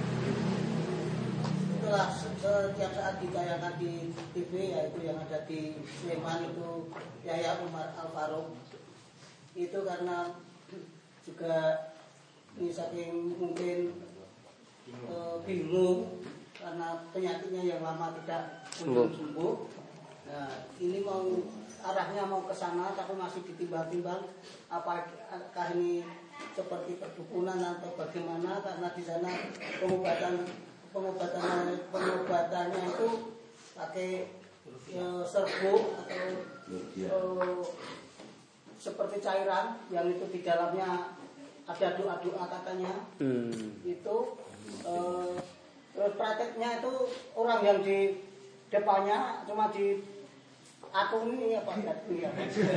setelah setiap saat ditayangkan di T V, yaitu yang ada di Sleman itu Yahya Umar Al Farouk, itu karena juga ini saking mungkin e, bingung karena penyakitnya yang lama tidak kunjung sembuh. Nah, ini mau arahnya mau ke sana tapi masih ditimbang-timbang apakah ini seperti perdukunan atau bagaimana, karena di sana pengobatan pengobatan pengobatannya itu pakai e, serbuk atau e, seperti cairan yang itu di dalamnya ada doa-doa katanya. Hmm. Itu e, terus prakteknya itu orang yang di depannya cuma di aku ini apa ya ya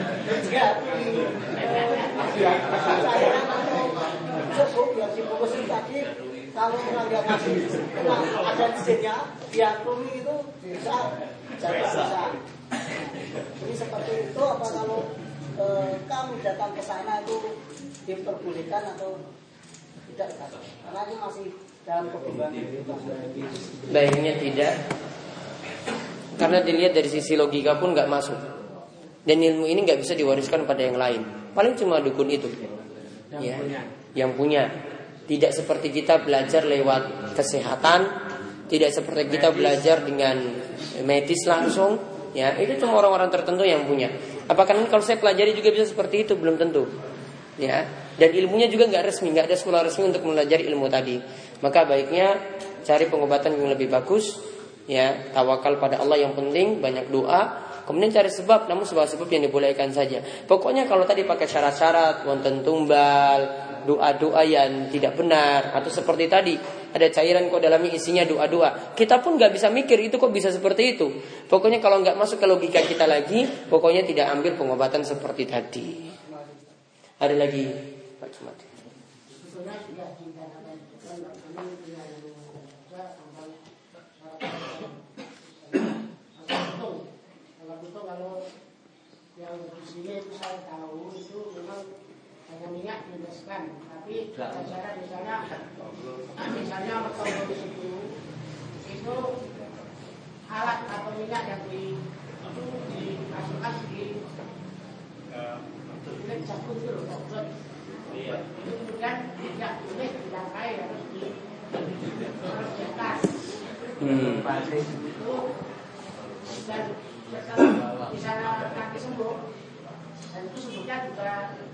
cairan atau serbuk yang dibungkusin tadi. Kalau orang yang masih ada izinnya, dia krumi itu bisa jadi bisa. Jadi seperti itu. Apa kalau e, kami datang ke sana itu diperbolehkan atau tidak? Karena ini masih dalam kebimbangan. Baiknya tidak, karena dilihat dari sisi logika pun nggak masuk. Dan ilmu ini nggak bisa diwariskan pada yang lain. Paling cuma dukun itu, ya, yang punya. Tidak seperti kita belajar lewat kesehatan, tidak seperti kita belajar dengan medis langsung, ya. Itu cuma orang-orang tertentu yang punya. Apakah nanti kalau saya pelajari juga bisa seperti itu? Belum tentu, ya. Dan ilmunya juga nggak resmi, nggak ada sekolah resmi untuk belajar ilmu tadi. Maka baiknya cari pengobatan yang lebih bagus, ya. Tawakal pada Allah yang penting, banyak doa. Kemudian cari sebab, namun sebab-sebab yang dibolehkan saja. Pokoknya kalau tadi pakai syarat-syarat, wonten tumbal, doa-doa yang tidak benar, atau seperti tadi ada cairan kok dalamnya isinya doa-doa, kita pun nggak bisa mikir itu kok bisa seperti itu. Pokoknya kalau nggak masuk ke logika kita lagi, pokoknya tidak ambil pengobatan seperti tadi. Ada lagi Pak Cumati? Kalau yang di sini itu saya tahu itu memang hanya minyak dioleskan, tapi cara di sana misalnya metode di situ itu alat atau minyak yang di itu dimasukkan di itu dicampur itu loh, itu kemudian tidak boleh dirangkai, harus di harus di atas itu dan setelah di sana nanti sembuh, dan itu sembuhnya juga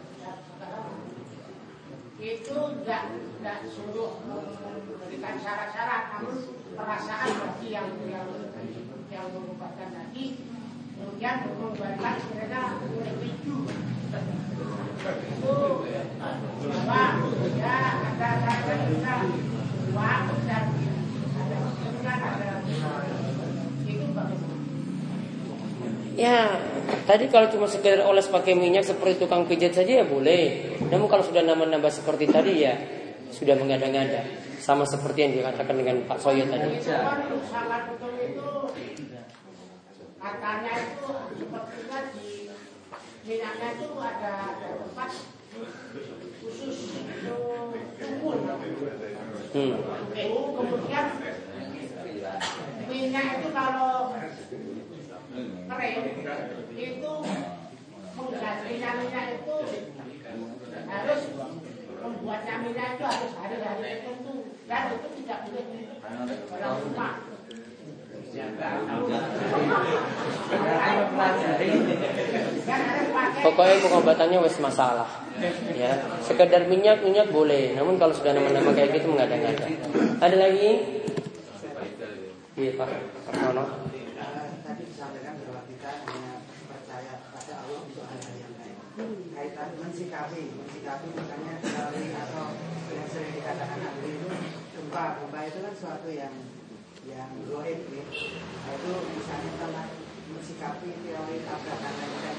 itu tidak tidak suruh memberikan syarat-syarat, namun perasaan bagi yang yang yang mengobatan tadi, kemudian mengembalikan sebenarnya individu itu bahwa ya ada ada bisa uang dan ada kemudian ada itu bagaimana? Ya, tadi kalau cuma sekedar oles pakai minyak seperti tukang pijat saja ya boleh. Namun kalau sudah nambah-nambah seperti tadi ya sudah mengada-ngada. Sama seperti yang dikatakan dengan Pak Soyo tadi. Itu kan sangat betul itu katanya itu sepertinya di minyaknya itu ada, ada tempat khusus untuk tumbul. Hmm. Kemudian minyak itu kalau kering itu mengganti minyak itu harus membuatnya minyak itu harus ada hari tertentu dan itu tidak boleh di dalam rumah. Pokoknya pengobatannya wes masalah, ya. Sekedar minyak minyak boleh, namun kalau sudah nama-nama kayak gitu mengada-ngada. Ada lagi? Iya Pak Nono. Tadi disampaikan bahwa kita hanya percaya pada Allah untuk hal-hal yang lain. Kaitan mensikapi, mensikapi misalnya teori atau yang sering dikatakan ahli itu gempa, gempa itu kan suatu yang yang goib, ya. Nah, itu misalnya tentang mensikapi teori tabrakan lain.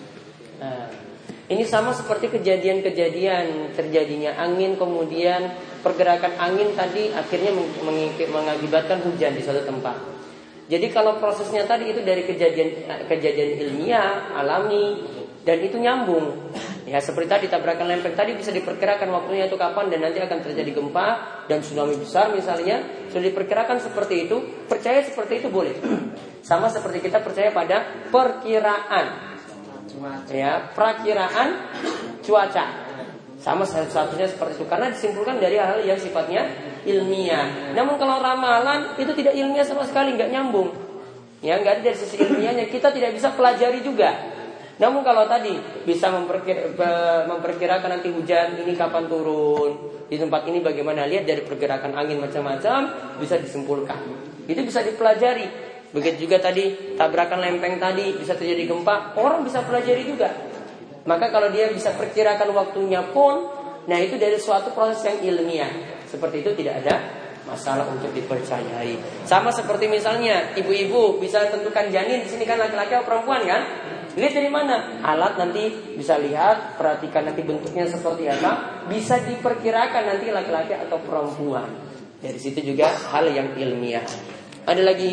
Nah, ini sama seperti kejadian-kejadian terjadinya angin kemudian pergerakan angin tadi akhirnya mengakibatkan hujan di suatu tempat. Jadi kalau prosesnya tadi itu dari kejadian kejadian ilmiah, alami, dan itu nyambung. Ya seperti tadi tabrakan lempeng tadi bisa diperkirakan waktunya itu kapan dan nanti akan terjadi gempa dan tsunami besar misalnya, sudah diperkirakan seperti itu, percaya seperti itu boleh. Sama seperti kita percaya pada perkiraan, ya perakiraan cuaca. Sama satu-satunya seperti itu karena disimpulkan dari hal yang sifatnya ilmiah. Namun kalau ramalan itu tidak ilmiah sama sekali, nggak nyambung. Ya nggak ada dari sisi ilmiahnya, kita tidak bisa pelajari juga. Namun kalau tadi bisa memperkir, memperkirakan nanti hujan ini kapan turun di tempat ini bagaimana, lihat dari pergerakan angin macam-macam bisa disimpulkan. Itu bisa dipelajari. Begitu juga tadi tabrakan lempeng tadi bisa terjadi gempa, orang bisa pelajari juga. Maka kalau dia bisa perkirakan waktunya pun, nah itu dari suatu proses yang ilmiah. Seperti itu tidak ada masalah untuk dipercayai. Sama seperti misalnya ibu-ibu bisa tentukan janin, di sini kan laki-laki atau perempuan kan? Lihat dari mana? Alat nanti bisa lihat, perhatikan nanti bentuknya seperti apa, bisa diperkirakan nanti laki-laki atau perempuan. Dari situ juga hal yang ilmiah. Ada lagi?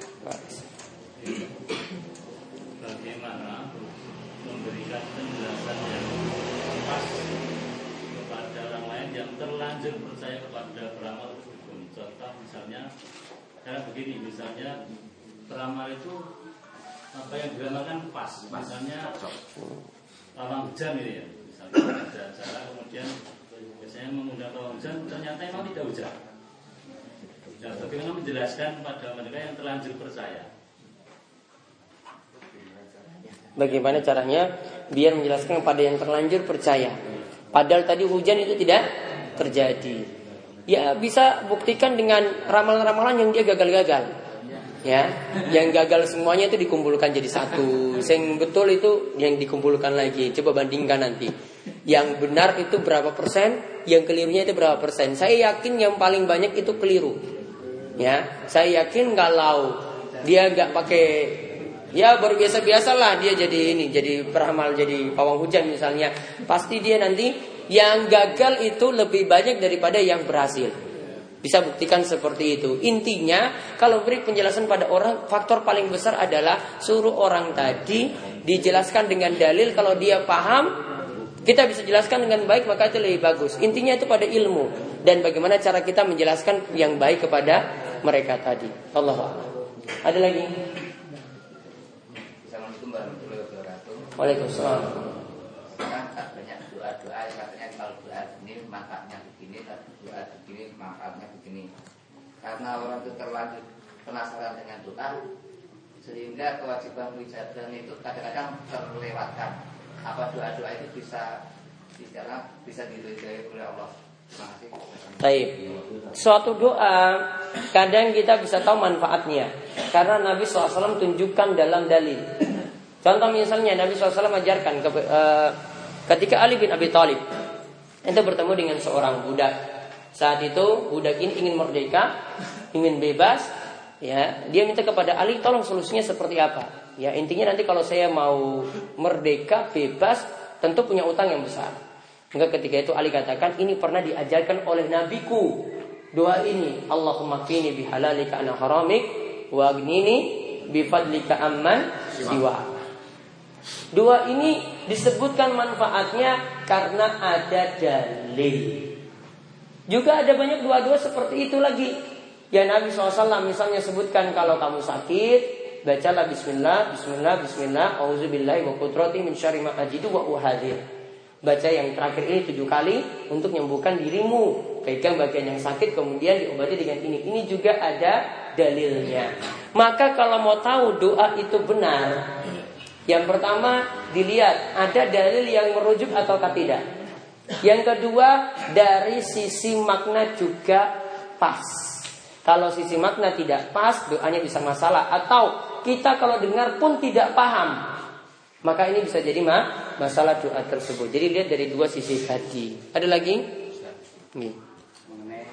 Bagaimana memberikan penjelasan yang pas kepada orang lain yang terlanjur percaya kepada peramal hukum? Contoh misalnya, karena begini, misalnya peramal itu apa yang diramalkan pas, misalnya pawang hujan ini ya, misalnya ada acara kemudian biasanya mengundang pawang hujan, ternyata memang tidak hujan. Nah, bagaimana menjelaskan kepada mereka yang terlanjur percaya? Bagaimana caranya biar menjelaskan kepada yang terlanjur percaya, padahal tadi hujan itu tidak terjadi. Ya bisa buktikan dengan ramalan-ramalan yang dia gagal-gagal. Ya, yang gagal semuanya itu dikumpulkan jadi satu. Yang betul itu yang dikumpulkan lagi. Coba bandingkan nanti. Yang benar itu berapa persen, yang kelirunya itu berapa persen. Saya yakin yang paling banyak itu keliru. Ya, saya yakin kalau dia nggak pakai, ya baru biasa-biasalah dia jadi ini, jadi peramal, jadi pawang hujan misalnya, pasti dia nanti yang gagal itu lebih banyak daripada yang berhasil. Bisa buktikan seperti itu. Intinya kalau beri penjelasan pada orang, faktor paling besar adalah suruh orang tadi dijelaskan dengan dalil. Kalau dia paham, kita bisa jelaskan dengan baik, maka itu lebih bagus. Intinya itu pada ilmu dan bagaimana cara kita menjelaskan yang baik kepada mereka tadi. Allahu a'lam. Ada lagi? Assalamualaikum warahmatullahi wabarakatuh. Waalaikumsalam. Kan banyak doa-doa katanya kalau doa ini manfaatnya begini, doa begini manfaatnya begini. Karena orang itu terlanjur penasaran dengan doa, sehingga kewajiban wijadan itu kadang-kadang terlewatkan. Apa doa-doa itu bisa bicara bisa diridhai oleh Allah? Terima kasih. Baik. Suatu doa kadang kita bisa tahu manfaatnya karena Nabi shallallahu alaihi wasallam tunjukkan dalam dalil. Contoh misalnya Nabi shallallahu alaihi wasallam ajarkan ke, uh, ketika Ali bin Abi Thalib itu bertemu dengan seorang budak. Saat itu budak ini ingin merdeka, ingin bebas. Ya, dia minta kepada Ali, tolong solusinya seperti apa? Ya, intinya nanti kalau saya mau merdeka, bebas, tentu punya utang yang besar. Hingga ketika itu Ali katakan, ini pernah diajarkan oleh nabiku. Doa ini, Allahumma qini bihalalika ana haramik wa aghnini bifadlika amman siwa. Doa ini disebutkan manfaatnya karena ada dalil. Juga ada banyak doa-doa seperti itu lagi. Ya Nabi shallallahu alaihi wasallam misalnya sebutkan kalau kamu sakit, bacalah bismillah, bismillah, bismillah, auzubillahi wa qudrati min syarri ma ajidu wa uhadir. Baca yang terakhir ini tujuh kali untuk menyembuhkan dirimu. Pegang bagian yang sakit kemudian diobati dengan ini. Ini juga ada dalilnya. Maka kalau mau tahu doa itu benar, yang pertama dilihat ada dalil yang merujuk ataukah tidak. Yang kedua dari sisi makna juga pas. Kalau sisi makna tidak pas, doanya bisa masalah. Atau kita kalau dengar pun tidak paham, maka ini bisa jadi mah masalah doa tersebut. Jadi lihat dari dua sisi tadi. Ada lagi? Nih. Mengenai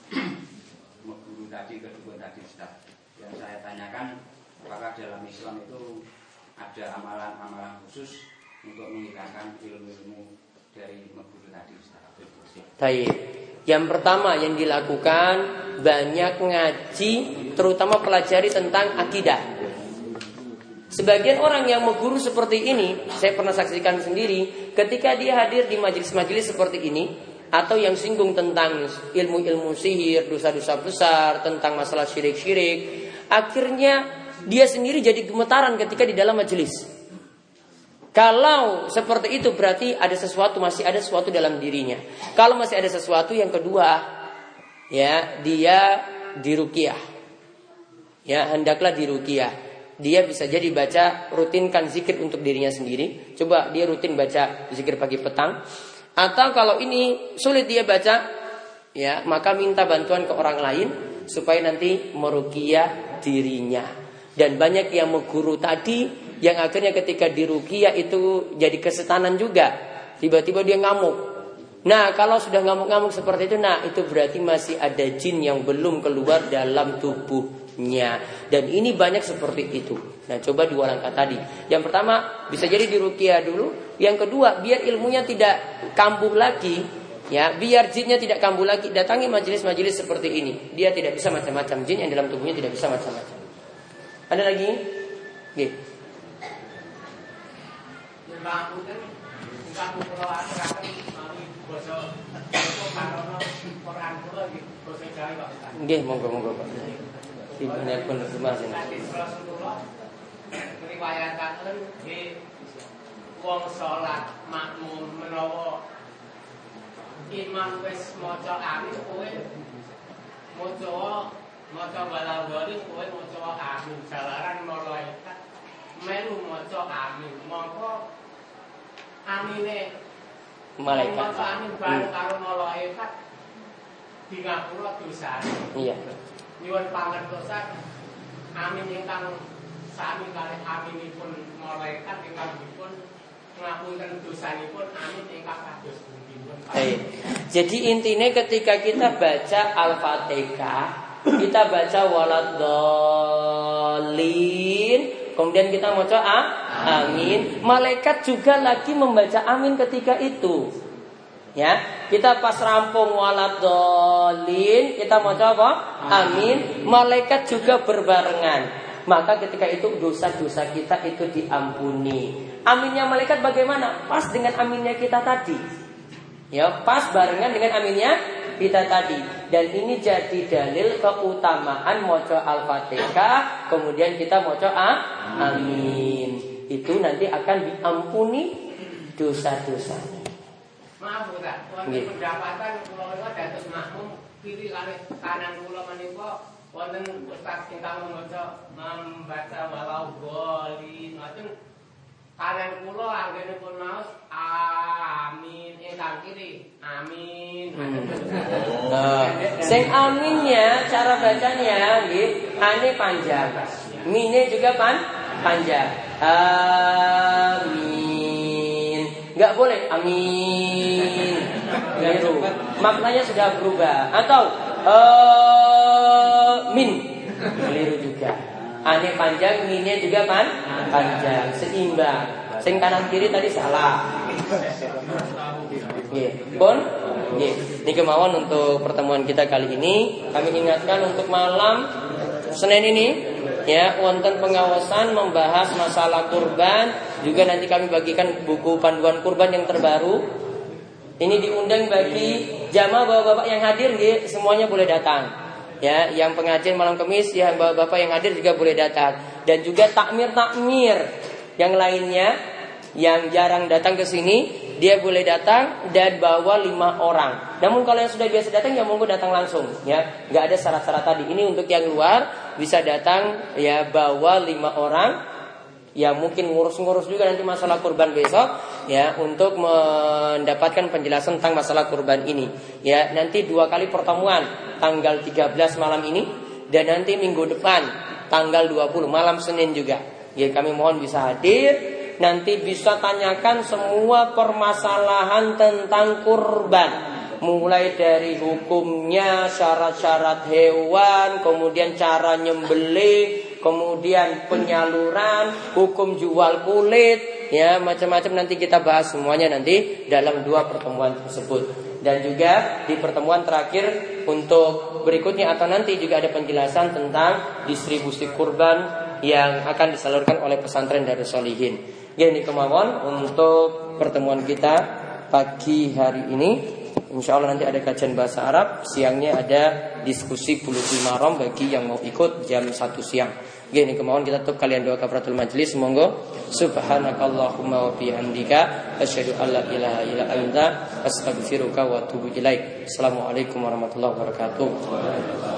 guru tadi kedua tadi Ustaz, yang saya tanyakan apakah dalam Islam itu ada amalan-amalan khusus untuk menghilangkan ilmu-ilmu dari guru tadi Ustaz. Baik. Yang pertama yang dilakukan banyak ngaji, terutama pelajari tentang akidah. Sebagian orang yang mengguru seperti ini, saya pernah saksikan sendiri, ketika dia hadir di majelis-majelis seperti ini, atau yang singgung tentang ilmu-ilmu sihir, dosa-dosa besar, tentang masalah syirik-syirik, akhirnya dia sendiri jadi gemetaran ketika di dalam majelis. Kalau seperti itu berarti ada sesuatu, masih ada sesuatu dalam dirinya. Kalau masih ada sesuatu, yang kedua, ya dia diruqyah. Ya, hendaklah diruqyah. Dia bisa jadi baca, rutinkan zikir untuk dirinya sendiri. Coba dia rutin baca zikir pagi petang. Atau kalau ini sulit dia baca, ya maka minta bantuan ke orang lain supaya nanti meruqyah dirinya. Dan banyak yang mengguru tadi yang akhirnya ketika diruqyah itu jadi kesetanan juga. Tiba-tiba dia ngamuk. Nah, kalau sudah ngamuk-ngamuk seperti itu, nah itu berarti masih ada jin yang belum keluar dalam tubuhnya. Dan ini banyak seperti itu. Nah, coba dua langkah tadi. Yang pertama, bisa jadi diruqyah dulu. Yang kedua, biar ilmunya tidak kambuh lagi, ya, biar jinnya tidak kambuh lagi, datangi majelis-majelis seperti ini. Dia tidak bisa macam-macam, jin yang dalam tubuhnya tidak bisa macam-macam. Ada lagi? Oke. Nggih, monggo-monggo Pak. Dibanding pun rumah sini. Riwayataken nggih wong salat makmum menawa imam wis maca amin kowe maca maca balawali kowe maca amin jalaran malaikat melu maca amin mongko amine Malaikat maca amin bareng karo malaikat di ngapura dosa. Iya. Nyuwun pangertosan amin ingkang sami kalih aminipun malaikat ingkang dipun ngapunten dosanipun amin ingkang kados pundi-pun. Baik. Jadi intinya ketika kita baca Al-Fatihah, kita baca waladhdallin, kemudian kita baca ah, amin, malaikat juga lagi membaca amin ketika itu. Ya, kita pas rampung waladhdallin, kita baca apa? Amin, malaikat juga berbarengan. Maka ketika itu dosa-dosa kita itu diampuni. Aminnya malaikat bagaimana? Pas dengan aminnya kita tadi. Ya, pas barengan dengan aminnya kita tadi. Dan ini jadi dalil keutamaan maca Al-Fatihah, kemudian kita maca ah, amin. Itu nanti akan diampuni dosa-dosa. Maaf Ustaz, wonten pendapatan kula menika dados makmum kiri kalih kanan kula menika wonten ustaz ingkang maca membaca walau bolin ngoten kanan kula anggenipun maos amin ingkang kiri amin. Nah, sing aminnya cara bacanya nggih ane panjang. Mine juga pan panjang. Amin. Enggak boleh amin. Keliru. Maknanya sudah berubah. Atau amin. Keliru juga. Ane panjang, mine juga pan panjang, seimbang. Sing kanan kiri tadi salah. Nggih. Pun nggih. Niki mawon untuk pertemuan kita kali ini. Kami ingatkan untuk malam Senin ini ya wonten pengawasan membahas masalah kurban. Juga nanti kami bagikan buku panduan kurban yang terbaru. Ini diundang bagi jamaah bapak-bapak yang hadir nggih, semuanya boleh datang. Ya, yang pengajian malam Kamis ya bapak-bapak yang hadir juga boleh datang. Dan juga takmir-takmir yang lainnya yang jarang datang ke sini, dia boleh datang dan bawa lima orang. Namun kalau yang sudah biasa datang ya monggo datang langsung ya. Enggak ada syarat-syarat tadi. Ini untuk yang luar bisa datang ya bawa lima orang. Ya mungkin ngurus-ngurus juga nanti masalah kurban besok ya untuk mendapatkan penjelasan tentang masalah kurban ini. Ya, nanti dua kali pertemuan tanggal tiga belas malam ini dan nanti minggu depan tanggal dua puluh malam Senin juga. Ya, kami mohon bisa hadir, nanti bisa tanyakan semua permasalahan tentang kurban. Mulai dari hukumnya, syarat-syarat hewan, kemudian cara nyembelih, kemudian penyaluran, hukum jual kulit, ya macam-macam nanti kita bahas semuanya nanti dalam dua pertemuan tersebut. Dan juga di pertemuan terakhir untuk berikutnya atau nanti juga ada penjelasan tentang distribusi kurban yang akan disalurkan oleh pesantren Darus Sholihin. Ini kemauan untuk pertemuan kita pagi hari ini. Insya Allah nanti ada kajian bahasa Arab. Siangnya ada diskusi Bulughul Maram bagi yang mau ikut jam satu siang. Gini kemauan kita tutup kalian doa kafaratul majlis. Monggo. Subhanakallahumma wa bihamdika asyhadu an la ilaha illa anta astaghfiruka wa atubu ilaik. Assalamualaikum warahmatullahi wabarakatuh.